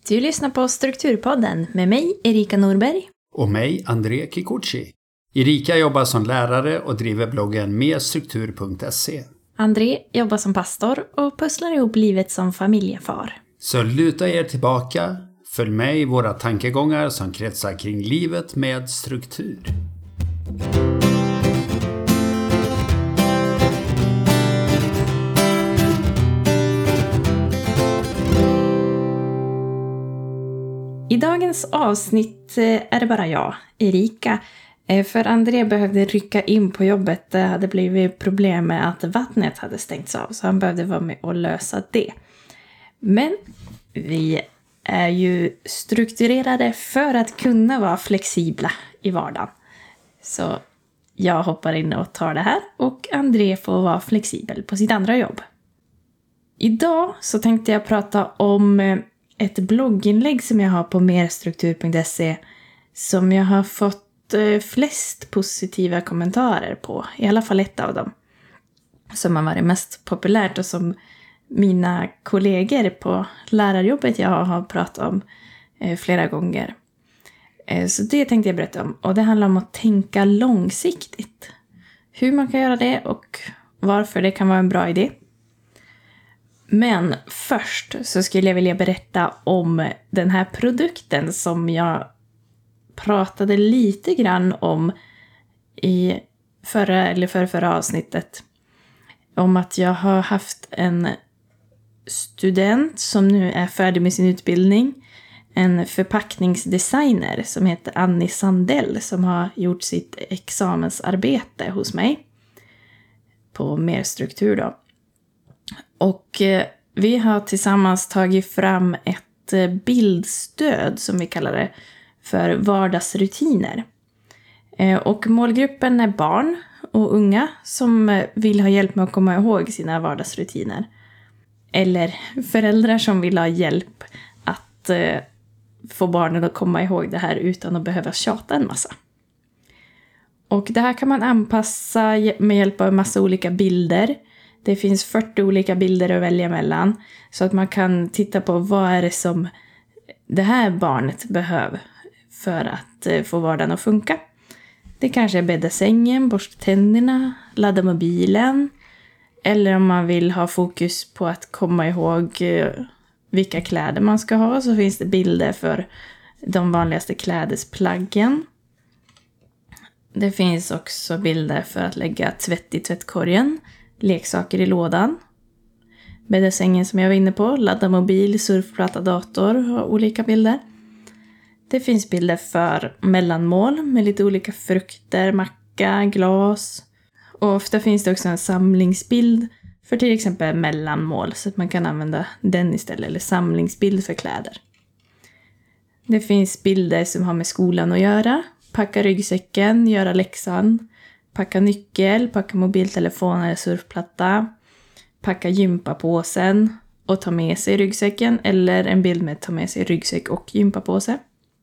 Du lyssnar på Strukturpodden med mig, Erika Norberg. Och mig, André Kikuchi. Erika jobbar som lärare och driver bloggen merstruktur.se. André jobbar som pastor och pusslar ihop livet som familjefar. Så luta er tillbaka, följ med i våra tankegångar som kretsar kring livet med struktur. I dagens avsnitt är det bara jag, Erika. För André behövde rycka in på jobbet. Det hade blivit problem med att vattnet hade stängts av. Så han behövde vara med och lösa det. Men vi är ju strukturerade för att kunna vara flexibla i vardagen. Så jag hoppar in och tar det här. Och André får vara flexibel på sitt andra jobb. Idag så tänkte jag prata om ett blogginlägg som jag har på merstruktur.se som jag har fått flest positiva kommentarer på. I alla fall ett av dem. Som har varit mest populärt och som mina kollegor på lärarjobbet jag har pratat om flera gånger. Så det tänkte jag berätta om. Och det handlar om att tänka långsiktigt. Hur man kan göra det och varför det kan vara en bra idé. Men först så skulle jag vilja berätta om den här produkten som jag pratade lite grann om i förra avsnittet. Om att jag har haft en student som nu är färdig med sin utbildning. En förpackningsdesigner som heter Annie Sandell som har gjort sitt examensarbete hos mig. På merstruktur då. Och vi har tillsammans tagit fram ett bildstöd som vi kallar det för vardagsrutiner. Och målgruppen är barn och unga som vill ha hjälp med att komma ihåg sina vardagsrutiner. Eller föräldrar som vill ha hjälp att få barnen att komma ihåg det här utan att behöva tjata en massa. Och det här kan man anpassa med hjälp av en massa olika bilder. Det finns 40 olika bilder att välja mellan. Så att man kan titta på vad är det som det här barnet behöver för att få vardagen att funka. Det kanske är bädda sängen, borsta tänderna, ladda mobilen. Eller om man vill ha fokus på att komma ihåg vilka kläder man ska ha. Så finns det bilder för de vanligaste klädesplaggen. Det finns också bilder för att lägga tvätt i tvättkorgen. Leksaker i lådan. Bädda sängen som jag var inne på. Ladda mobil, surfplatta, dator och olika bilder. Det finns bilder för mellanmål med lite olika frukter, macka, glas. Och ofta finns det också en samlingsbild för till exempel mellanmål. Så att man kan använda den istället. Eller samlingsbild för kläder. Det finns bilder som har med skolan att göra. Packa ryggsäcken, göra läxan. Packa nyckel, packa mobiltelefon eller surfplatta. Packa gympapåsen och ta med sig ryggsäcken. Eller en bild med att ta med sig ryggsäck och gympapåse.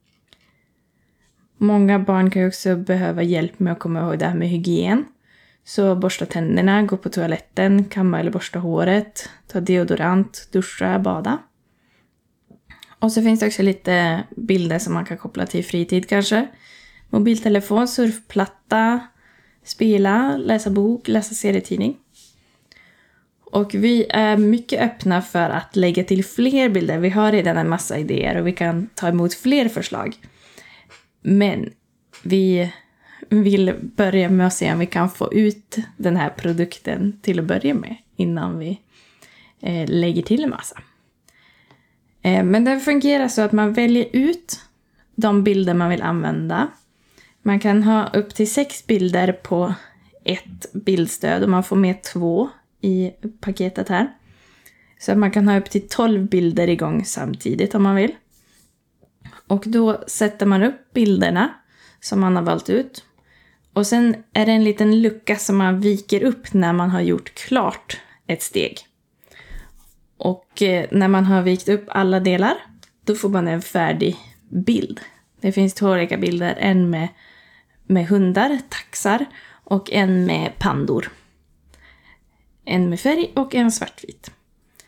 Många barn kan ju också behöva hjälp med att komma ihåg det här med hygien. Så borsta tänderna, gå på toaletten, kamma eller borsta håret. Ta deodorant, duscha, bada. Och så finns det också lite bilder som man kan koppla till fritid kanske. Mobiltelefon, surfplatta. Spela, läsa bok, läsa serietidning. Och vi är mycket öppna för att lägga till fler bilder. Vi har redan en massa idéer och vi kan ta emot fler förslag. Men vi vill börja med att se om vi kan få ut den här produkten till att börja med. Innan vi lägger till en massa. Men det fungerar så att man väljer ut de bilder man vill använda. Man kan ha upp till 6 bilder på ett bildstöd och man får med 2 i paketet här. Så att man kan ha upp till 12 bilder igång samtidigt om man vill. Och då sätter man upp bilderna som man har valt ut. Och sen är det en liten lucka som man viker upp när man har gjort klart ett steg. Och när man har vikt upp alla delar, då får man en färdig bild. Det finns 2 olika bilder, en med hundar, taxar och en med pandor. En med färg och en svartvit.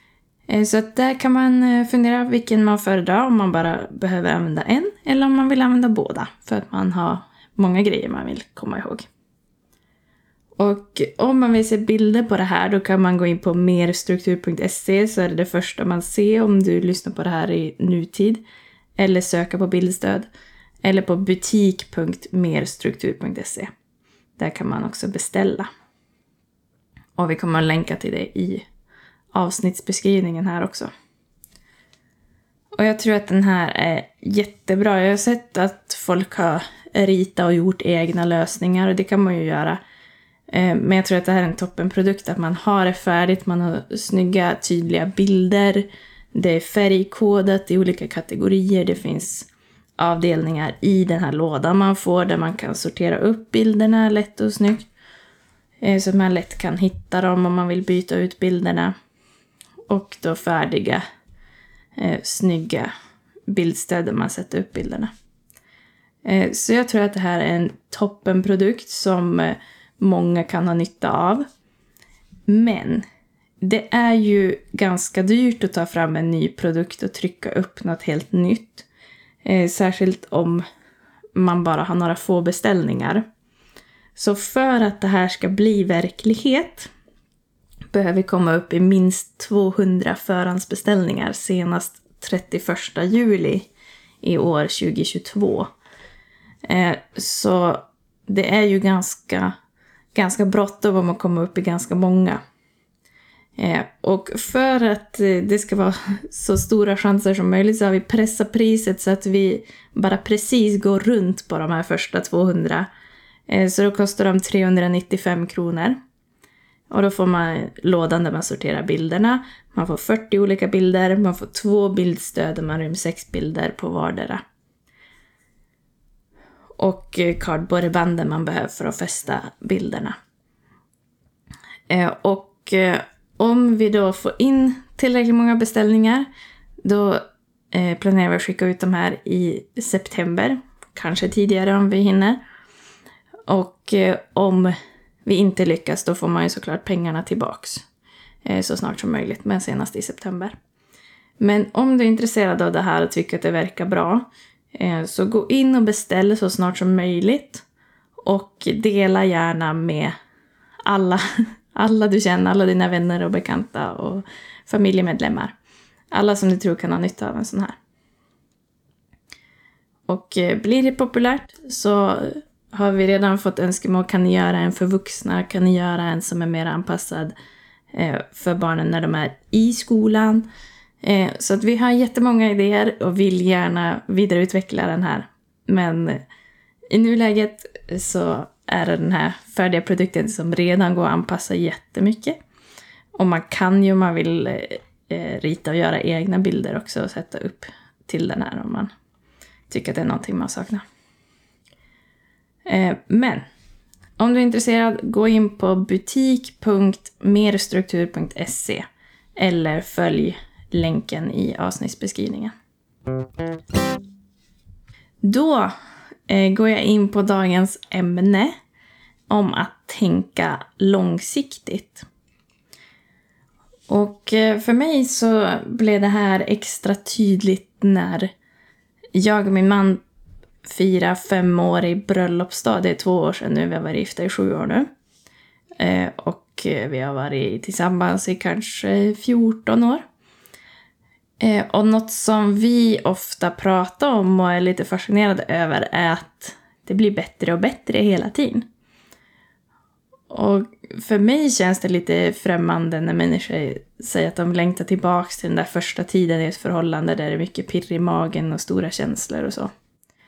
Så att där kan man fundera vilken man föredrar, om man bara behöver använda en eller om man vill använda båda för att man har många grejer man vill komma ihåg. Och om man vill se bilder på det här, då kan man gå in på merstruktur.se, så är det första man ser om du lyssnar på det här i nutid, eller söka på bildstöd, eller på butik.merstruktur.se. Där kan man också beställa. Och vi kommer att länka till det i avsnittsbeskrivningen här också. Och jag tror att den här är jättebra. Jag har sett att folk har ritat och gjort egna lösningar, och det kan man ju göra. Men jag tror att det här är en toppenprodukt, att man har det färdigt, man har snygga, tydliga bilder. Det är färgkodat i olika kategorier, det finns avdelningar i den här lådan man får där man kan sortera upp bilderna lätt och snyggt. Så att man lätt kan hitta dem om man vill byta ut bilderna. Och då färdiga, snygga bildstöd där man sätter upp bilderna. Så jag tror att det här är en toppenprodukt som många kan ha nytta av. Men det är ju ganska dyrt att ta fram en ny produkt och trycka upp något helt nytt. Särskilt om man bara har några få beställningar. Så för att det här ska bli verklighet behöver vi komma upp i minst 200 förhandsbeställningar senast 31 juli i år 2022. Så det är ju ganska bråttom om att komma upp i ganska många. Och för att det ska vara så stora chanser som möjligt så har vi pressat priset så att vi bara precis går runt på de här första 200. Så då kostar de 395 kronor. Och då får man lådan där man sorterar bilderna. Man får 40 olika bilder. Man får 2 bildstöd där man rymmer 6 bilder på vardera. Och cardboardbanden man behöver för att fästa bilderna. Och om vi då får in tillräckligt många beställningar, då planerar vi att skicka ut de här i september. Kanske tidigare om vi hinner. Och om vi inte lyckas, då får man ju såklart pengarna tillbaks så snart som möjligt, men senast i september. Men om du är intresserad av det här och tycker att det verkar bra, så gå in och beställ så snart som möjligt. Och dela gärna med alla du känner, alla dina vänner och bekanta och familjemedlemmar. Alla som du tror kan ha nytta av en sån här. Och blir det populärt så har vi redan fått önskemål. Kan ni göra en för vuxna? Kan ni göra en som är mer anpassad för barnen när de är i skolan? Så att vi har jättemånga idéer och vill gärna vidareutveckla den här. Men i nuläget så är det den här färdiga produkten som redan går att anpassa jättemycket. Och man kan ju, om man vill, rita och göra egna bilder också och sätta upp till den här om man tycker att det är någonting man saknar. Men om du är intresserad, gå in på butik.merstruktur.se eller följ länken i avsnittsbeskrivningen. Då går jag in på dagens ämne om att tänka långsiktigt. Och för mig så blev det här extra tydligt när jag och min man firar 5 år i bröllopsdag. Det är 2 år sedan nu, vi har varit gifta i 7 år nu. Och vi har varit tillsammans i kanske 14 år. Och något som vi ofta pratar om och är lite fascinerade över är att det blir bättre och bättre hela tiden. Och för mig känns det lite främmande när människor säger att de längtar tillbaka till den där första tiden i ett förhållande där det är mycket pirr i magen och stora känslor och så.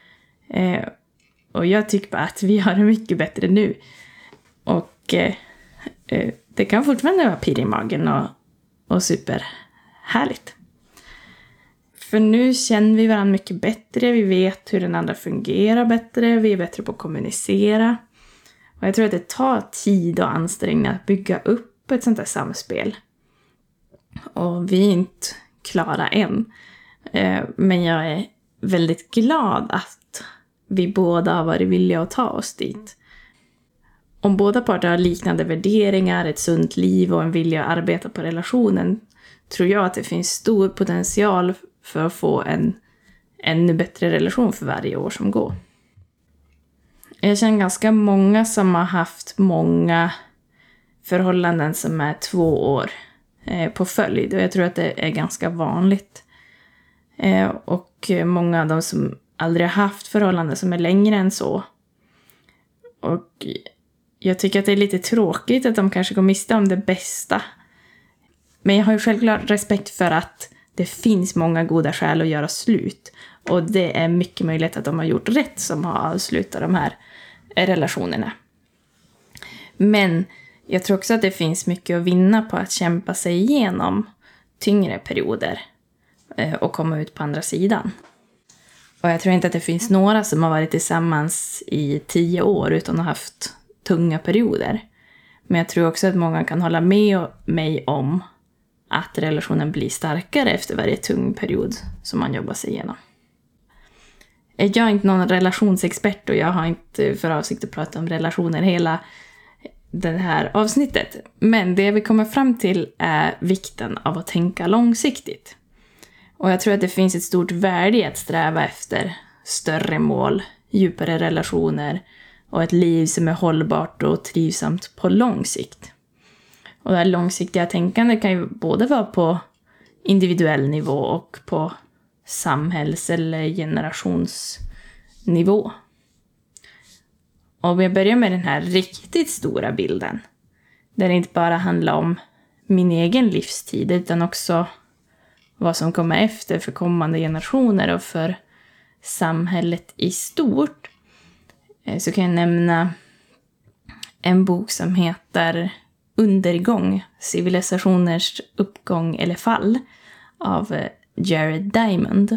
Och jag tycker bara att vi har det mycket bättre nu. Och det kan fortfarande vara pirr i magen och superhärligt. För nu känner vi varandra mycket bättre. Vi vet hur den andra fungerar bättre. Vi är bättre på att kommunicera. Och jag tror att det tar tid och ansträngning att bygga upp ett sånt här samspel. Och vi är inte klara än. Men jag är väldigt glad att vi båda har varit villiga att ta oss dit. Om båda parter har liknande värderingar, ett sunt liv och en vilja att arbeta på relationen, tror jag att det finns stor potential för att få en ännu bättre relation för varje år som går. Jag känner ganska många som har haft många förhållanden som är 2 år på följd. Och jag tror att det är ganska vanligt. Och många av dem som aldrig har haft förhållanden som är längre än så. Och jag tycker att det är lite tråkigt att de kanske går miste om det bästa. Men jag har ju självklart respekt för att det finns många goda skäl att göra slut. Och det är mycket möjligt att de har gjort rätt som har avslutat de här relationerna. Men jag tror också att det finns mycket att vinna på att kämpa sig igenom tyngre perioder och komma ut på andra sidan. Och jag tror inte att det finns några som har varit tillsammans i 10 år utan att ha haft tunga perioder. Men jag tror också att många kan hålla med mig om att relationen blir starkare efter varje tung period som man jobbar sig igenom. Jag är inte någon relationsexpert och jag har inte för avsikt att prata om relationer hela det här avsnittet. Men det vi kommer fram till är vikten av att tänka långsiktigt. Och jag tror att det finns ett stort värde i att sträva efter större mål, djupare relationer och ett liv som är hållbart och trivsamt på lång sikt. Och det här långsiktiga tänkandet kan ju både vara på individuell nivå och på samhälls- eller generationsnivå. Och jag börjar med den här riktigt stora bilden. Där det inte bara handlar om min egen livstid utan också vad som kommer efter för kommande generationer och för samhället i stort. Så kan jag nämna en bok som heter Undergång, civilisationers uppgång eller fall av Jared Diamond.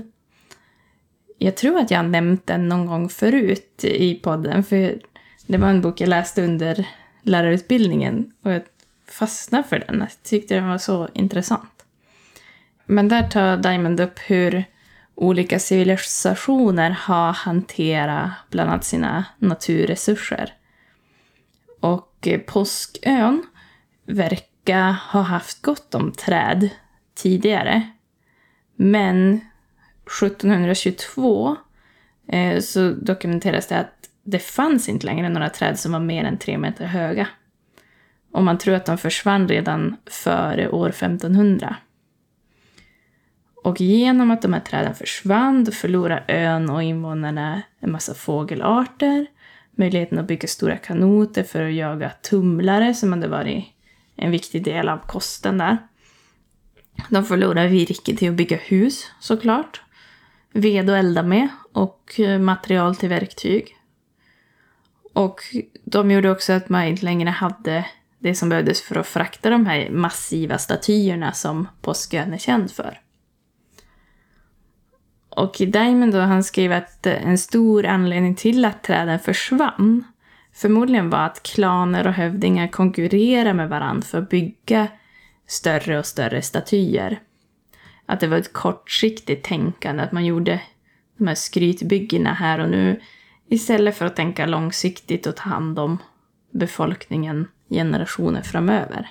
Jag tror att jag har nämnt den någon gång förut i podden, för det var en bok jag läste under lärarutbildningen och jag fastnade för den. Jag tyckte den var så intressant. Men där tar Diamond upp hur olika civilisationer har hanterat bland annat sina naturresurser. Och Påskön verkar ha haft gott om träd tidigare. Men 1722 så dokumenteras det att det fanns inte längre några träd som var mer än 3 meter höga. Och man tror att de försvann redan före år 1500. Och genom att de här träden försvann förlorade ön och invånarna en massa fågelarter. Möjligheten att bygga stora kanoter för att jaga tumlare som hade varit en viktig del av kosten där. De förlorade virke till att bygga hus såklart. Ved att elda med och material till verktyg. Och de gjorde också att man inte längre hade det som behövdes för att frakta de här massiva statyerna som Påskön är känd för. Och Diamond då, han skrev att en stor anledning till att träden försvann förmodligen var att klaner och hövdingar konkurrerade med varandra för att bygga större och större statyer. Att det var ett kortsiktigt tänkande, att man gjorde de här skrytbyggena här och nu istället för att tänka långsiktigt och ta hand om befolkningen generationer framöver.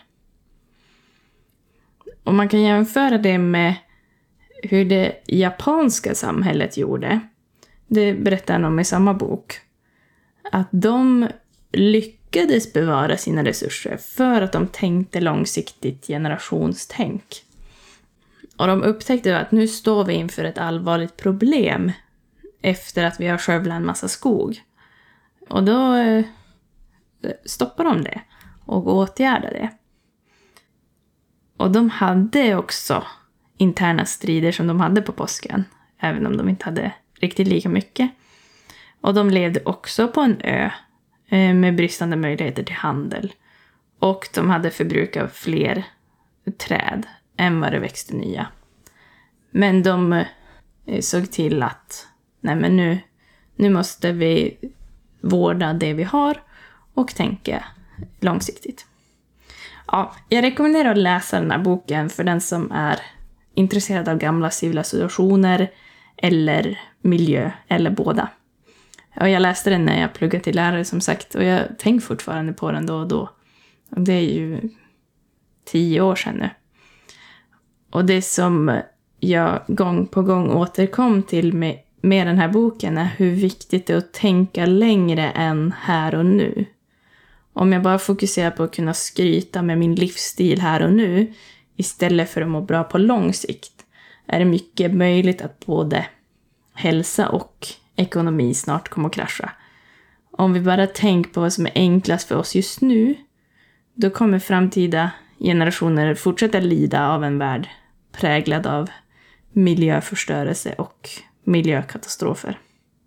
Och man kan jämföra det med hur det japanska samhället gjorde. Det berättar han om i samma bok. Att de lyckades bevara sina resurser för att de tänkte långsiktigt generationstänk. Och de upptäckte att nu står vi inför ett allvarligt problem efter att vi har skövlat en massa skog. Och då stoppar de det och åtgärdar det. Och de hade också interna strider som de hade på Påskön, även om de inte hade riktigt lika mycket. Och de levde också på en ö med bristande möjligheter till handel. Och de hade förbrukat fler träd än vad det växte nya. Men de såg till att nej men nu måste vi vårda det vi har och tänka långsiktigt. Ja, jag rekommenderar att läsa den här boken för den som är intresserad av gamla civilisationer eller miljö eller båda. Och jag läste den när jag pluggade till lärare som sagt och jag tänker fortfarande på den då och då. Och det är ju 10 år sedan nu. Och det som jag gång på gång återkom till med den här boken är hur viktigt det är att tänka längre än här och nu. Om jag bara fokuserar på att kunna skryta med min livsstil här och nu istället för att må bra på lång sikt är det mycket möjligt att både hälsa och ekonomi snart kommer att krascha. Om vi bara tänker på vad som är enklast för oss just nu, då kommer framtida generationer fortsätta lida av en värld präglad av miljöförstörelse och miljökatastrofer.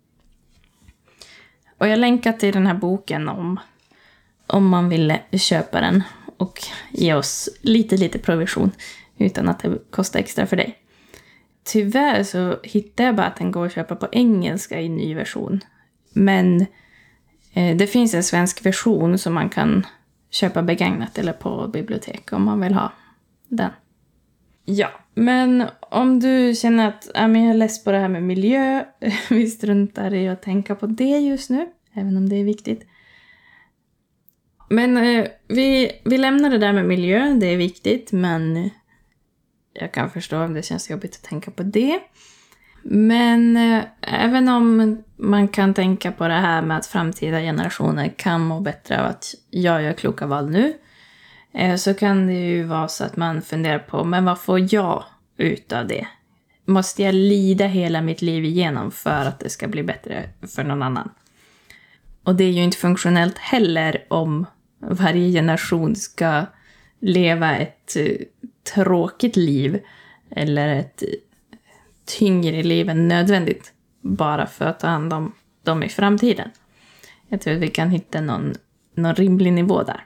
Och jag länkar till den här boken om man vill köpa den och ge oss lite provision utan att det kostar extra för dig. Tyvärr så hittar jag bara att den går att köpa på engelska i ny version. Men det finns en svensk version som man kan köpa begagnat eller på bibliotek om man vill ha den. Ja, men om du känner att jag är less på det här med miljö, vi struntar i att tänka på det just nu, även om det är viktigt. Men vi lämnar det där med miljö, det är viktigt, men jag kan förstå om det känns jobbigt att tänka på det. Men även om man kan tänka på det här med att framtida generationer kan må bättre av att jag gör kloka val nu, så kan det ju vara så att man funderar på, men vad får jag ut av det? Måste jag lida hela mitt liv igenom för att det ska bli bättre för någon annan? Och det är ju inte funktionellt heller om varje generation ska leva ett tråkigt liv eller ett tyngre liv än nödvändigt bara för att ta hand om dem i framtiden. Jag tror att vi kan hitta någon rimlig nivå där.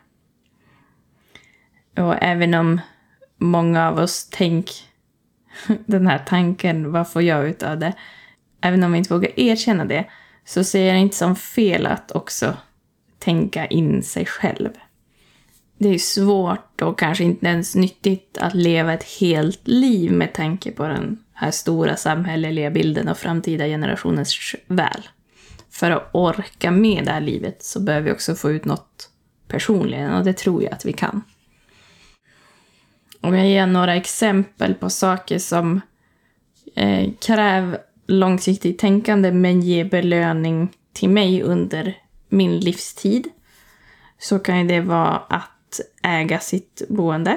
Och även om många av oss tänker den här tanken, vad får jag ut av det? Även om vi inte vågar erkänna det, så ser jag det inte som fel att också tänka in sig själv. Det är svårt och kanske inte ens nyttigt att leva ett helt liv med tanke på den här stora samhälleliga bilden av framtida generationers väl. För att orka med det här livet så behöver vi också få ut något personligen, och det tror jag att vi kan. Om jag ger några exempel på saker som kräver långsiktigt tänkande men ger belöning till mig under min livstid, så kan det vara att äga sitt boende.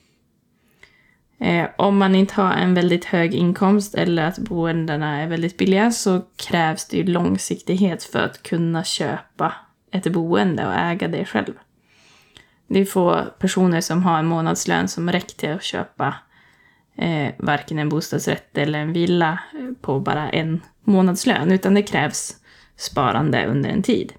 Om man inte har en väldigt hög inkomst eller att boendena är väldigt billiga, så krävs det ju långsiktighet för att kunna köpa ett boende och äga det själv. Det är få personer som har en månadslön som räcker till att köpa varken en bostadsrätt eller en villa på bara en månadslön, utan det krävs sparande under en tid.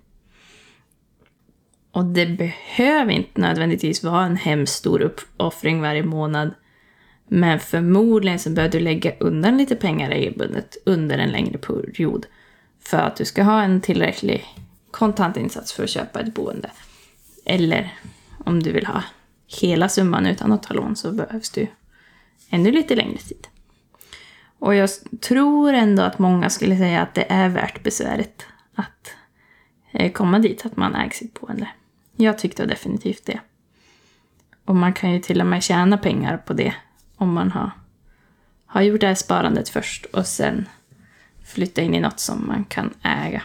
Och det behöver inte nödvändigtvis vara en hemskt stor uppoffring varje månad, men förmodligen så bör du lägga undan lite pengar regelbundet under en längre period för att du ska ha en tillräcklig kontantinsats för att köpa ett boende. Eller om du vill ha hela summan utan att ta lån, så behövs du ännu lite längre tid. Och jag tror ändå att många skulle säga att det är värt besväret att komma dit att man äger sitt boende. Jag tyckte definitivt det. Och man kan ju till och med tjäna pengar på det om man har gjort det här sparandet först och sen flytta in i något som man kan äga.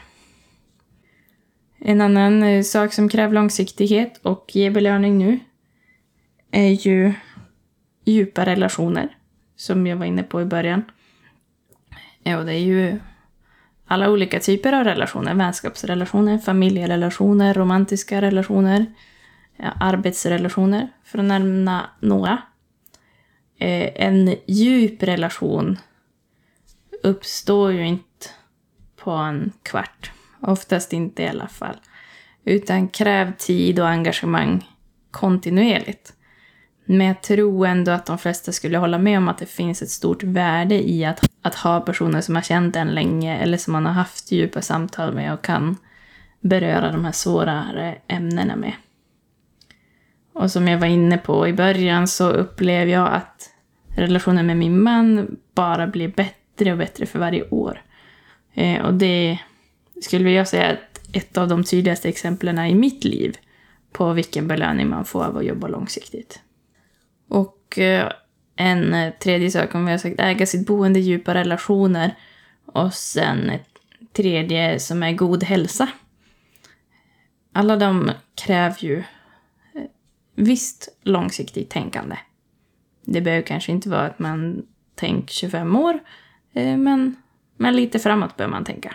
En annan sak som kräver långsiktighet och ger belöning nu är ju djupa relationer, som jag var inne på i början. Och det är ju alla olika typer av relationer, vänskapsrelationer, familjerelationer, romantiska relationer, arbetsrelationer, för att nämna några. En djup relation uppstår ju inte på en kvart, oftast inte i alla fall, utan kräver tid och engagemang kontinuerligt. Men jag tror ändå att de flesta skulle hålla med om att det finns ett stort värde i att ha personer som har känt en länge eller som man har haft djupa samtal med och kan beröra de här svårare ämnena med. Och som jag var inne på i början, så upplever jag att relationen med min man bara blir bättre och bättre för varje år. Och det skulle jag säga att ett av de tydligaste exemplen i mitt liv på vilken belöning man får av att jobba långsiktigt. Och En tredje sak, om vi har sagt äga sitt boende, djupa relationer. Och sen ett tredje som är god hälsa. Alla de kräver ju visst långsiktigt tänkande. Det behöver kanske inte vara att man tänker 25 år. Men lite framåt bör man tänka.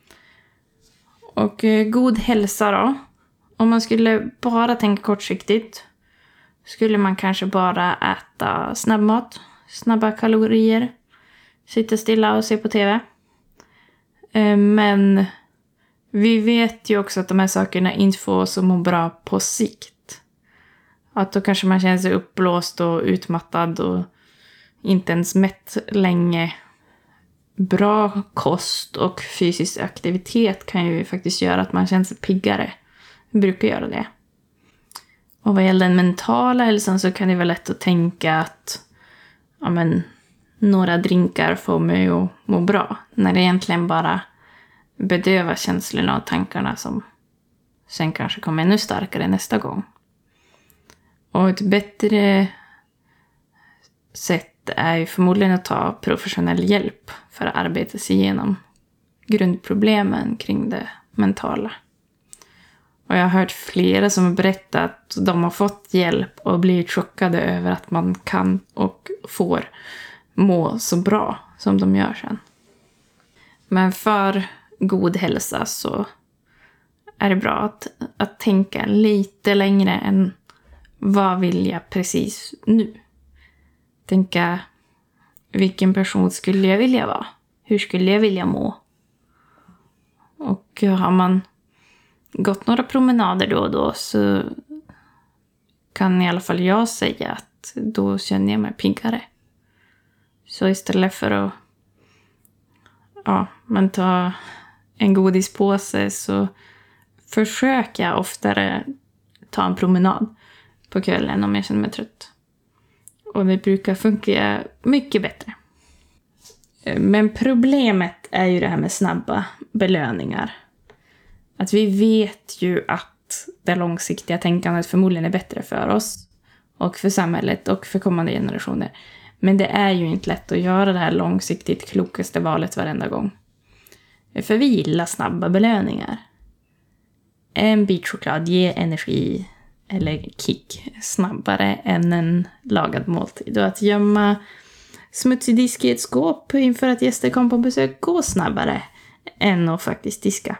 Och god hälsa då. Om man skulle bara tänka kortsiktigt skulle man kanske bara äta snabbmat, snabba kalorier, sitta stilla och se på tv. Men vi vet ju också att de här sakerna inte får så må bra på sikt. Att då kanske man känner sig uppblåst och utmattad och inte ens mätt länge. Bra kost och fysisk aktivitet kan ju faktiskt göra att man känner sig piggare. Vi brukar göra det. Och vad gäller den mentala hälsan så kan det vara lätt att tänka att några drinkar får mig att må bra. När det egentligen bara bedövar känslorna och tankarna som sen kanske kommer ännu starkare nästa gång. Och ett bättre sätt är ju förmodligen att ta professionell hjälp för att arbeta sig igenom grundproblemen kring det mentala. Och jag har hört flera som har berättat att de har fått hjälp och blivit chockade över att man kan och får må så bra som de gör sen. Men för god hälsa så är det bra att tänka lite längre än vad vill jag precis nu. Tänka, vilken person skulle jag vilja vara? Hur skulle jag vilja må? Och har man gått några promenader då och då så kan i alla fall jag säga att då känner jag mig piggare. Så istället för att ta en godispåse så försöker jag oftare ta en promenad på kvällen om jag känner mig trött. Och det brukar funka mycket bättre. Men problemet är ju det här med snabba belöningar. Att vi vet ju att det långsiktiga tänkandet förmodligen är bättre för oss och för samhället och för kommande generationer. Men det är ju inte lätt att göra det här långsiktigt klokaste valet varenda gång. För vi gillar snabba belöningar. En bit choklad ger energi eller kick snabbare än en lagad måltid. Och att gömma smutsig disk i ett skåp inför att gäster kommer på besök går snabbare än att faktiskt diska.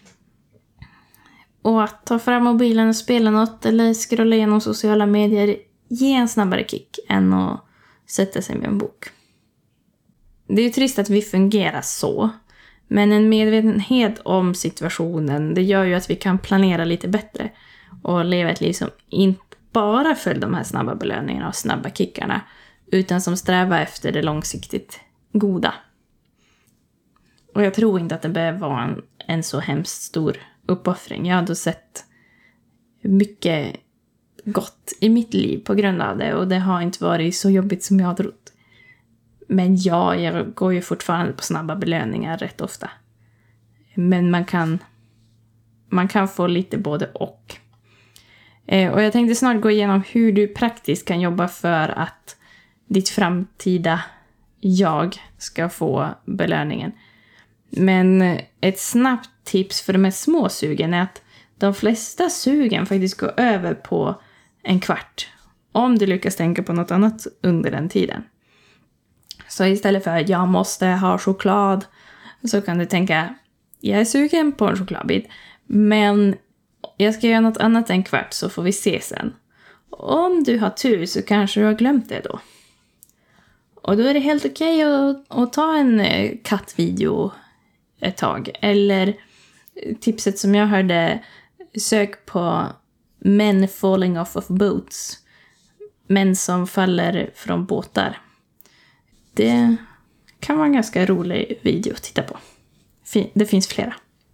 Och att ta fram mobilen och spela något eller scrolla igenom sociala medier ger en snabbare kick än att sätta sig med en bok. Det är ju trist att vi fungerar så. Men en medvetenhet om situationen, det gör ju att vi kan planera lite bättre. Och leva ett liv som inte bara följer de här snabba belöningarna och snabba kickarna. Utan som strävar efter det långsiktigt goda. Och jag tror inte att det behöver vara en så hemskt stor uppoffring. Jag har då sett mycket gott i mitt liv på grund av det. Och det har inte varit så jobbigt som jag har trott. Men jag går ju fortfarande på snabba belöningar rätt ofta. Men man kan få lite både och. Och jag tänkte snart gå igenom hur du praktiskt kan jobba för att ditt framtida jag ska få belöningen. Men ett snabbt tips för de här små sugen är att de flesta sugen faktiskt går över på en kvart. Om du lyckas tänka på något annat under den tiden. Så istället för att jag måste ha choklad så kan du tänka, jag är sugen på en chokladbit. Men jag ska göra något annat en kvart så får vi se sen. Om du har tur så kanske du har glömt det då. Och då är det helt okej att ta en kattvideo ett tag. Eller tipset som jag hörde, sök på men falling off of boats. Män som faller från båtar. Det kan vara en ganska rolig video att titta på. Det finns flera.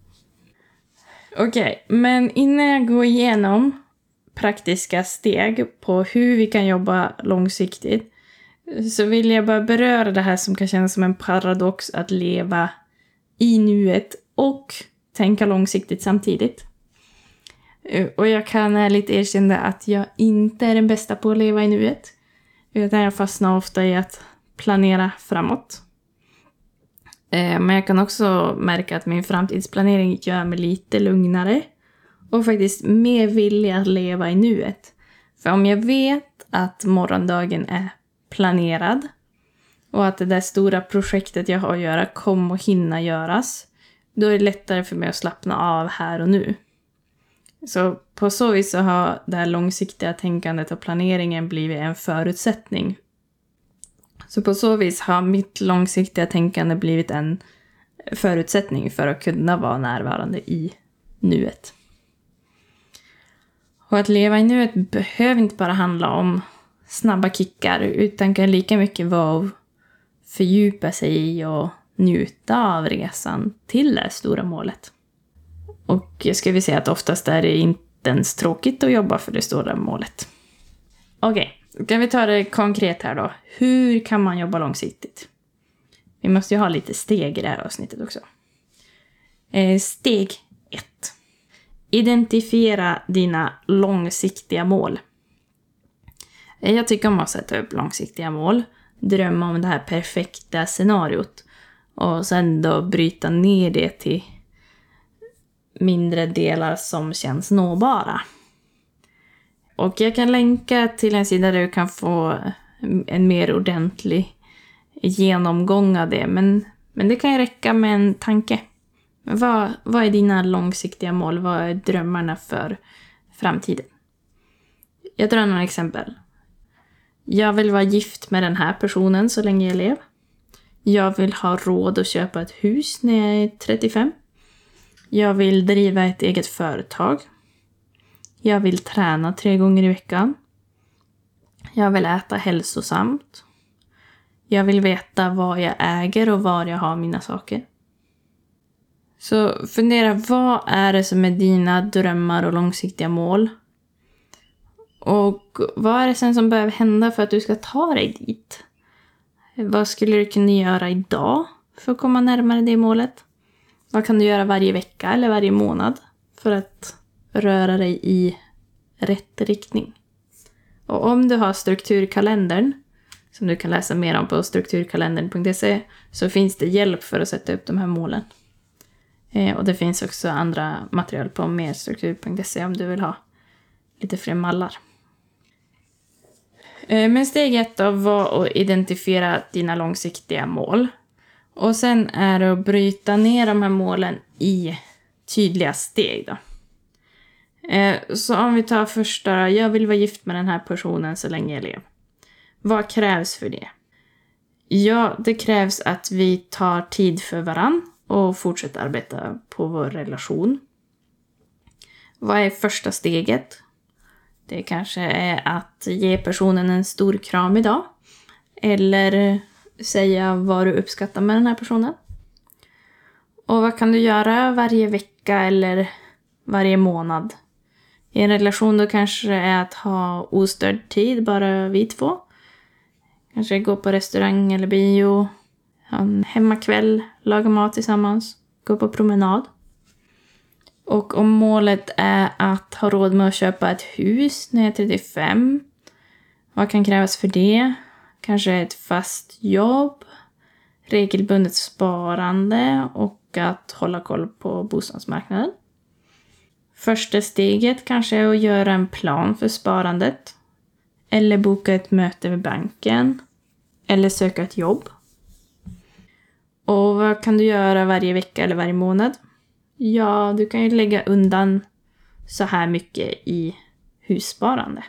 Okej, men innan jag går igenom praktiska steg på hur vi kan jobba långsiktigt så vill jag bara beröra det här som kan kännas som en paradox att leva i nuet och tänka långsiktigt samtidigt. Och jag kan ärligt erkänna att jag inte är den bästa på att leva i nuet. Utan jag fastnar ofta i att planera framåt. Men jag kan också märka att min framtidsplanering gör mig lite lugnare. Och faktiskt mer villig att leva i nuet. För om jag vet att morgondagen är planerad. Och att det där stora projektet jag har att göra kommer att hinna göras. Då är det lättare för mig att slappna av här och nu. Så på så vis så har det här långsiktiga tänkandet och planeringen blivit en förutsättning. Så på så vis har mitt långsiktiga tänkande blivit en förutsättning för att kunna vara närvarande i nuet. Och att leva i nuet behöver inte bara handla om snabba kickar, utan kan lika mycket vara att fördjupa sig i och njuta av resan till det stora målet. Och jag skulle säga att oftast är det inte ens tråkigt att jobba för det stora målet. Okej, kan vi ta det konkret här då. Hur kan man jobba långsiktigt? Vi måste ju ha lite steg i det här avsnittet också. Steg 1. Identifiera dina långsiktiga mål. Jag tycker om att sätta upp långsiktiga mål. Drömma om det här perfekta scenariot. Och sen då bryta ner det till mindre delar som känns nåbara. Och jag kan länka till en sida där du kan få en mer ordentlig genomgång av det. Men det kan ju räcka med en tanke. Vad är dina långsiktiga mål? Vad är drömmarna för framtiden? Jag drar några exempel. Jag vill vara gift med den här personen så länge jag lever. Jag vill ha råd att köpa ett hus när jag är 35. Jag vill driva ett eget företag. Jag vill träna 3 gånger i veckan. Jag vill äta hälsosamt. Jag vill veta vad jag äger och var jag har mina saker. Så fundera, vad är det som är dina drömmar och långsiktiga mål? Och vad är det sen som behöver hända för att du ska ta dig dit? Vad skulle du kunna göra idag för att komma närmare det målet? Vad kan du göra varje vecka eller varje månad för att röra dig i rätt riktning? Och om du har strukturkalendern, som du kan läsa mer om på strukturkalendern.se, så finns det hjälp för att sätta upp de här målen. Och det finns också andra material på merstruktur.se om du vill ha lite fler mallar. Men steg 1 då var att identifiera dina långsiktiga mål. Och sen är det att bryta ner de här målen i tydliga steg då. Så om vi tar första, jag vill vara gift med den här personen så länge jag lever. Vad krävs för det? Ja, det krävs att vi tar tid för varann och fortsätter arbeta på vår relation. Vad är första steget? Det kanske är att ge personen en stor kram idag. Eller säga vad du uppskattar med den här personen. Och vad kan du göra varje vecka eller varje månad? I en relation då kanske det är att ha ostörd tid, bara vi två. Kanske gå på restaurang eller bio. Ha en hemmakväll, laga mat tillsammans. Gå på promenad. Och om målet är att ha råd med att köpa ett hus när jag är 35. Vad kan krävas för det? Kanske ett fast jobb. Regelbundet sparande och att hålla koll på bostadsmarknaden. Första steget kanske är att göra en plan för sparandet. Eller boka ett möte med banken. Eller söka ett jobb. Och vad kan du göra varje vecka eller varje månad? Ja, du kan ju lägga undan så här mycket i hussparande.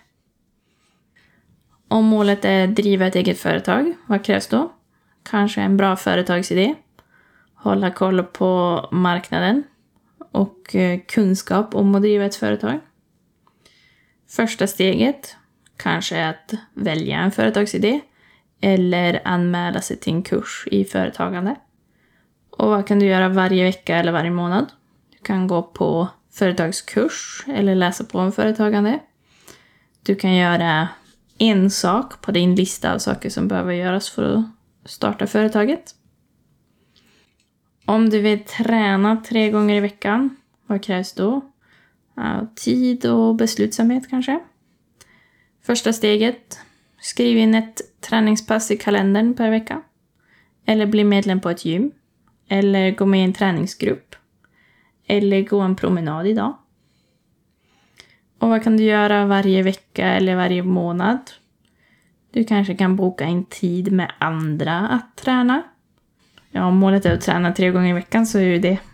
Om målet är att driva ett eget företag, vad krävs då? Kanske en bra företagsidé. Hålla koll på marknaden. Och kunskap om att driva ett företag. Första steget kanske är att välja en företagsidé. Eller anmäla sig till en kurs i företagande. Och vad kan du göra varje vecka eller varje månad? Du kan gå på företagskurs eller läsa på om företagande. Du kan göra en sak på din lista av saker som behöver göras för att starta företaget. Om du vill träna 3 gånger i veckan, vad krävs då? Tid och beslutsamhet kanske. Första steget, Skriv in ett träningspass i kalendern per vecka. Eller bli medlem på ett gym. Eller gå med i en träningsgrupp. Eller gå en promenad idag. Och vad kan du göra varje vecka eller varje månad? Du kanske kan boka en tid med andra att träna. Ja, om målet är att träna 3 gånger i veckan så är det det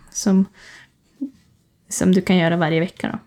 som du kan göra varje vecka då.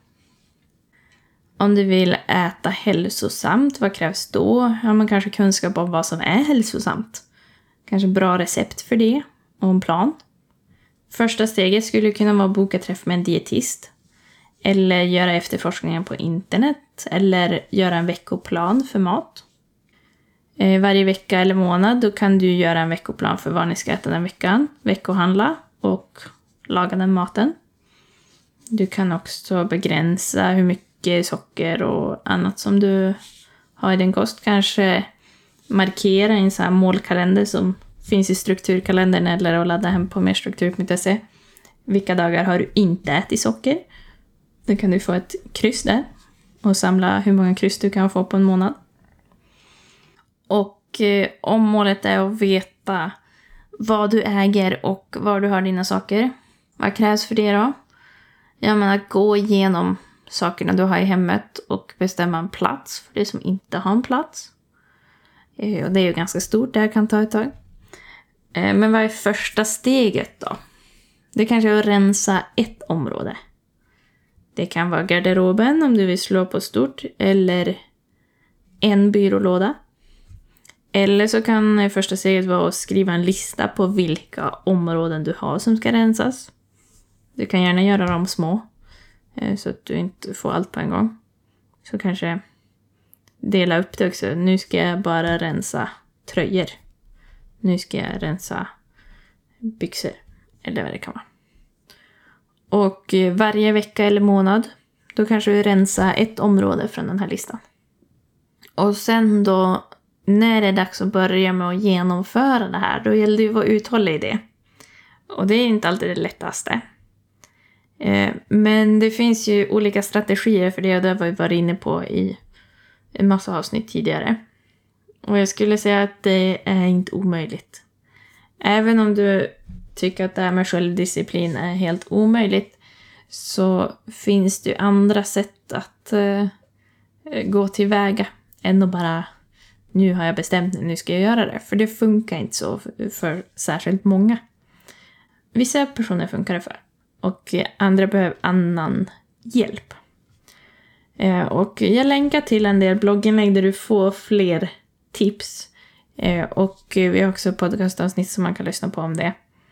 Om du vill äta hälsosamt, vad krävs då? Ja, man kanske kunskap om vad som är hälsosamt. Kanske bra recept för det och en plan. Första steget skulle kunna vara att boka träff med en dietist. Eller göra efterforskningar på internet. Eller göra en veckoplan för mat. Varje vecka eller månad då kan du göra en veckoplan för vad ni ska äta den veckan. Veckohandla och laga den maten. Du kan också begränsa hur mycket socker och annat som du har i din kost. Kanske markera i en sån här målkalender som finns i strukturkalendern eller att ladda hem på merstruktur.se. Vilka dagar har du inte ätit socker? Då kan du få ett kryss där och samla hur många kryss du kan få på en månad. Och om målet är att veta vad du äger och var du har dina saker. Vad krävs för det då? Ja, men att gå igenom sakerna du har i hemmet och bestämma en plats för det som inte har en plats. Och det är ju ganska stort, det här kan ta ett tag. Men vad är första steget då? Det kanske är att rensa ett område. Det kan vara garderoben om du vill slå på stort. Eller en byrålåda. Eller så kan första steget vara att skriva en lista på vilka områden du har som ska rensas. Du kan gärna göra dem små. Så att du inte får allt på en gång. Så kanske dela upp det också. Nu ska jag bara rensa tröjor. Nu ska jag rensa byxor. Eller vad det kan vara. Och varje vecka eller månad. Då kanske vi rensa ett område från den här listan. Och sen då. När det är dags att börja med att genomföra det här. Då gäller det att vara uthållig i det. Och det är inte alltid det lättaste. Men det finns ju olika strategier för det. Och det har vi varit inne på i en massa avsnitt tidigare. Och jag skulle säga att det är inte omöjligt. Även om du tycker att det här med självdisciplin är helt omöjligt. Så finns det ju andra sätt att gå tillväga. Än att bara, nu har jag bestämt mig, nu ska jag göra det. För det funkar inte så för särskilt många. Vissa personer funkar det för. Och andra behöver annan hjälp. Och jag länkar till en del blogginlägg där du får fler tips. Och vi har också podcastavsnitt som man kan lyssna på om det.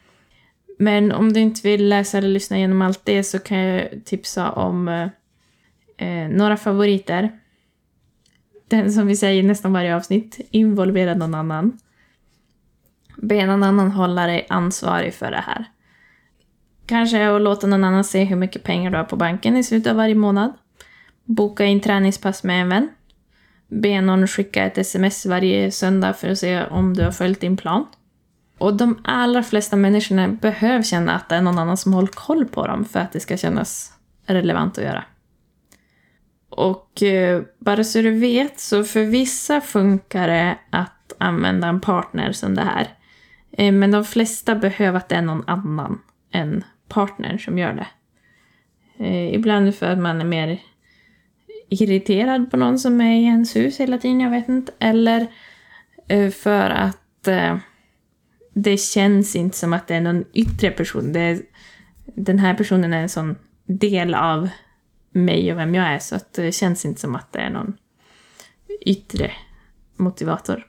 Men om du inte vill läsa eller lyssna igenom allt det så kan jag tipsa om några favoriter. Den som vi säger nästan varje avsnitt, involvera någon annan. Be någon annan hålla dig ansvarig för det här. Kanske att låta någon annan se hur mycket pengar du har på banken i slutet av varje månad. Boka in träningspass med en vän. Be någon skicka ett sms varje söndag för att se om du har följt din plan. Och de allra flesta människorna behöver känna att det är någon annan som håller koll på dem för att det ska kännas relevant att göra. Och bara så du vet, så för vissa funkar det att använda en partner som det här. Men de flesta behöver att det är någon annan än partner som gör det. Ibland för att man är mer irriterad på någon som är i ens hus hela tiden, jag vet inte. Eller för att det känns inte som att det är någon yttre person. Den här personen är en sån del av mig och vem jag är, så att det känns inte som att det är någon yttre motivator.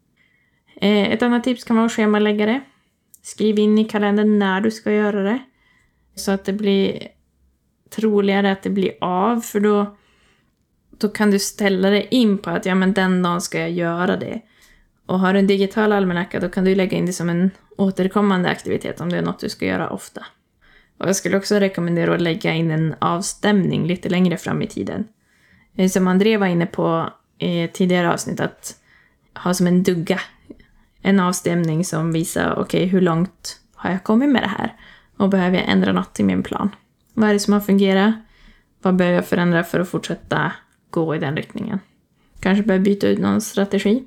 Ett annat tips kan vara att schemalägga det. Skriv in i kalendern när du ska göra det. Så att det blir troligare att det blir av. För då kan du ställa dig in på att ja, men den dagen ska jag göra det. Och har du en digital almanacka, då kan du lägga in det som en återkommande aktivitet om det är något du ska göra ofta. Och jag skulle också rekommendera att lägga in en avstämning lite längre fram i tiden. Som André var inne på i tidigare avsnitt, att ha som en dugga. En avstämning som visar okej, hur långt har jag kommit med det här? Och behöver jag ändra något i min plan? Vad är det som har fungerat? Vad behöver jag förändra för att fortsätta gå i den riktningen? Kanske börja byta ut någon strategi.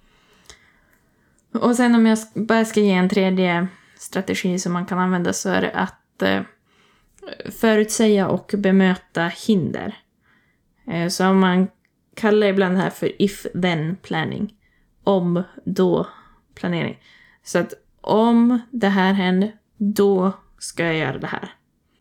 Och sen om jag bara ska ge en tredje strategi som man kan använda, så är det att förutsäga och bemöta hinder. Så man kallar ibland det här för if-then planning. Om, då planering. Så att om det här händer, då ska jag göra det här.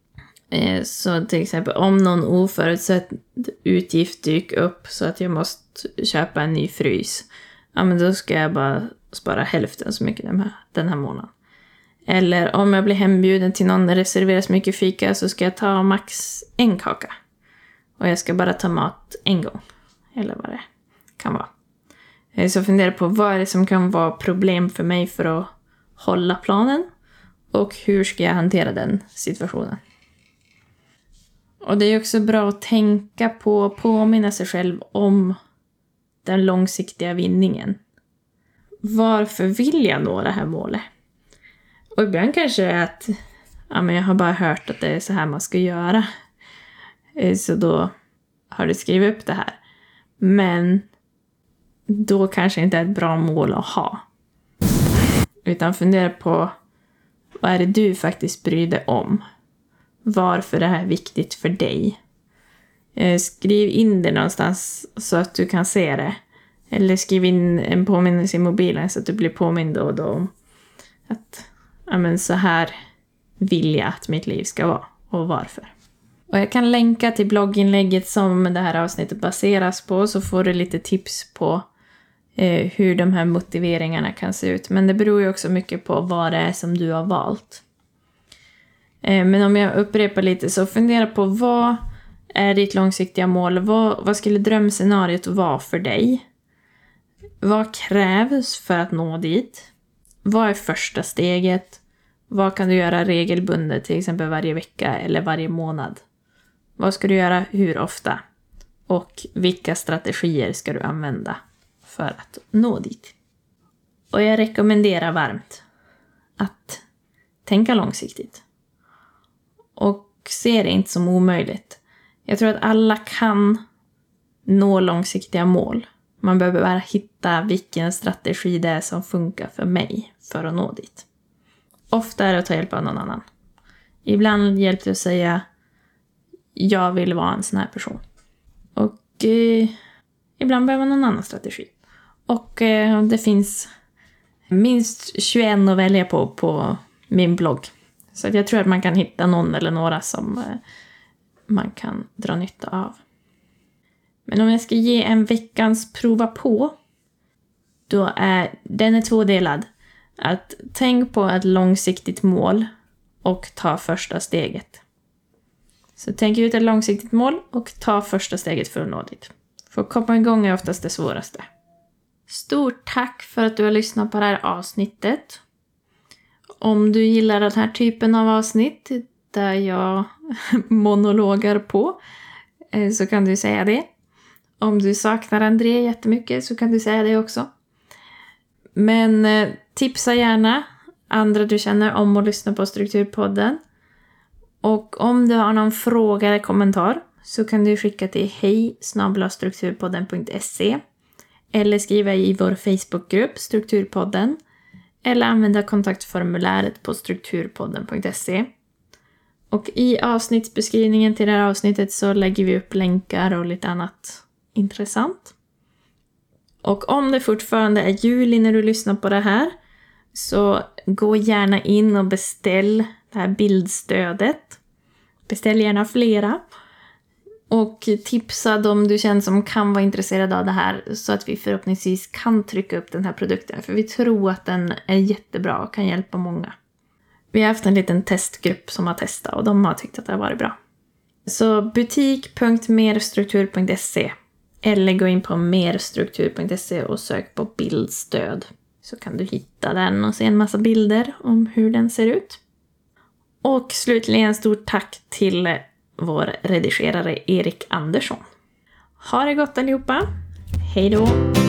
Så till exempel om någon oförutsedd utgift dyker upp så att jag måste köpa en ny frys. Ja, men då ska jag bara spara hälften så mycket den här månaden. Eller om jag blir hembjuden till någon där det serveras mycket fika, så ska jag ta max en kaka. Och jag ska bara ta mat en gång. Eller vad det kan vara. Så fundera på vad är det som kan vara problem för mig för att hålla planen. Och hur ska jag hantera den situationen. Och det är också bra att tänka på, påminna sig själv om den långsiktiga vinningen. Varför vill jag nå det här målet? Och ibland kanske är att men jag har bara hört att det är så här man ska göra. Så då har du skrivit upp det här. Men då kanske inte är ett bra mål att ha. Utan fundera på vad är det du faktiskt bryr dig om. Varför det här är viktigt för dig. Skriv in det någonstans så att du kan se det. Eller skriv in en påminnelse i mobilen så att du blir påmind då och då om att så här vill jag att mitt liv ska vara och varför. Och jag kan länka till blogginlägget som det här avsnittet baseras på, så får du lite tips på hur de här motiveringarna kan se ut. Men det beror ju också mycket på vad det är som du har valt. Men om jag upprepar lite, så fundera på vad är ditt långsiktiga mål? Vad skulle drömscenariot vara för dig? Vad krävs för att nå dit? Vad är första steget? Vad kan du göra regelbundet, till exempel varje vecka eller varje månad? Vad ska du göra hur ofta? Och vilka strategier ska du använda för att nå dit? Och jag rekommenderar varmt att tänka långsiktigt. Och se det inte som omöjligt. Jag tror att alla kan nå långsiktiga mål. Man behöver bara hitta vilken strategi det är som funkar för mig för att nå dit. Ofta är det att ta hjälp av någon annan. Ibland hjälper det att säga jag vill vara en sån här person. Och ibland behöver man någon annan strategi. Och det finns minst 21 att välja på min blogg. Så att jag tror att man kan hitta någon eller några som man kan dra nytta av. Men om jag ska ge en veckans prova på, då är den tvådelad. Att tänk på ett långsiktigt mål och ta första steget. Så tänk ut ett långsiktigt mål och ta första steget för att nå dit. För att komma igång är oftast det svåraste. Stort tack för att du har lyssnat på det här avsnittet. Om du gillar den här typen av avsnitt där jag monologar på, så kan du säga det. Om du saknar André jättemycket så kan du säga det också. Men tipsa gärna andra du känner om att lyssna på Strukturpodden. Och om du har någon fråga eller kommentar så kan du skicka till hej@strukturpodden.se eller skriva i vår Facebookgrupp Strukturpodden eller använda kontaktformuläret på strukturpodden.se. Och i avsnittsbeskrivningen till det här avsnittet så lägger vi upp länkar och lite annat intressant. Och om det fortfarande är juli när du lyssnar på det här, så gå gärna in och beställ det här bildstödet. Beställ gärna flera. Och tipsa dem du känner som kan vara intresserade av det här, så att vi förhoppningsvis kan trycka upp den här produkten. För vi tror att den är jättebra och kan hjälpa många. Vi har haft en liten testgrupp som har testat och de har tyckt att det har varit bra. Så butik.merstruktur.se eller gå in på merstruktur.se och sök på bildstöd. Så kan du hitta den och se en massa bilder om hur den ser ut. Och slutligen stort tack till vår redigerare Erik Andersson. Ha det gott allihopa. Hej då!